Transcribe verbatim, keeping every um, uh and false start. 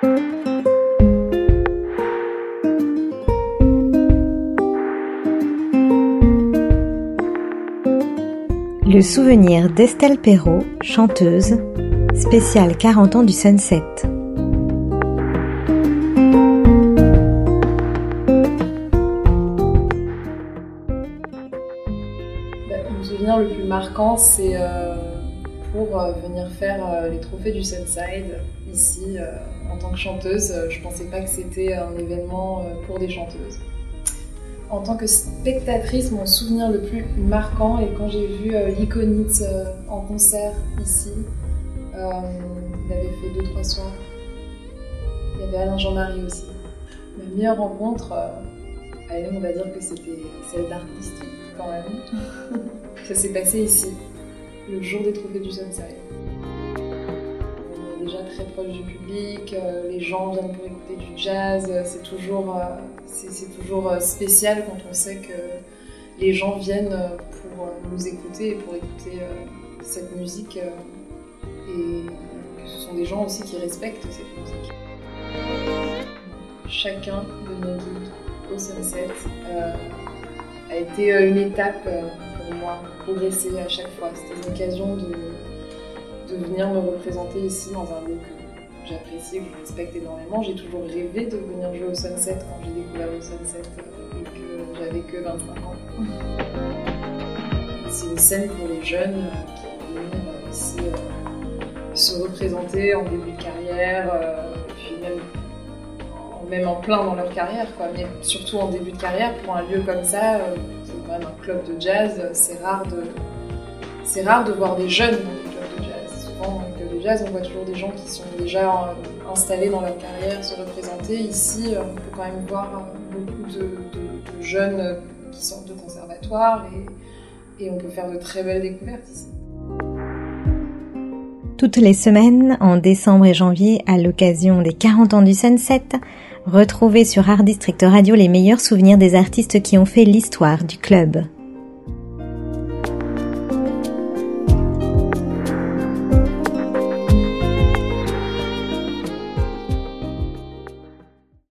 Le souvenir d'Estelle Perrot, chanteuse, spécial quarante ans du Sunset. Mon souvenir le plus marquant, c'est euh, pour euh, venir faire euh, les trophées du Sunside ici euh, en tant que chanteuse. Je ne pensais pas que c'était un événement euh, pour des chanteuses. En tant que spectatrice, mon souvenir le plus marquant est quand j'ai vu euh, l'Iconite euh, en concert ici. Euh, il avait fait deux trois soirs. Il y avait Alain Jean-Marie aussi. Ma meilleure rencontre, euh, allez, on va dire que c'était celle d'Art District quand même. Ça s'est passé ici, le jour des trophées du Sunside. On est déjà très proche du public, euh, les gens viennent pour écouter du jazz, c'est toujours, euh, c'est, c'est toujours spécial quand on sait que les gens viennent pour nous écouter et pour écouter euh, cette musique euh, et que ce sont des gens aussi qui respectent cette musique. Chacun de nos guides au Sunset euh, a été une étape pour moi, progresser à chaque fois. C'était une occasion de, de venir me représenter ici dans un lieu que j'apprécie, que je respecte énormément. J'ai toujours rêvé de venir jouer au Sunset quand j'ai découvert le Sunset et que j'avais que vingt-cinq ans. C'est une scène pour les jeunes qui viennent ici se représenter en début de carrière, et puis même même en plein dans leur carrière, quoi. Mais surtout en début de carrière, pour un lieu comme ça, euh, c'est quand même un club de jazz, c'est rare de, c'est rare de voir des jeunes dans les clubs de jazz. Souvent, dans les clubs de jazz, on voit toujours des gens qui sont déjà euh, installés dans leur carrière, se représenter. Ici, euh, on peut quand même voir euh, beaucoup de, de, de jeunes euh, qui sortent de conservatoire et, et on peut faire de très belles découvertes ici. Toutes les semaines, en décembre et janvier, à l'occasion des quarante ans du Sunset, retrouvez sur Art District Radio les meilleurs souvenirs des artistes qui ont fait l'histoire du club.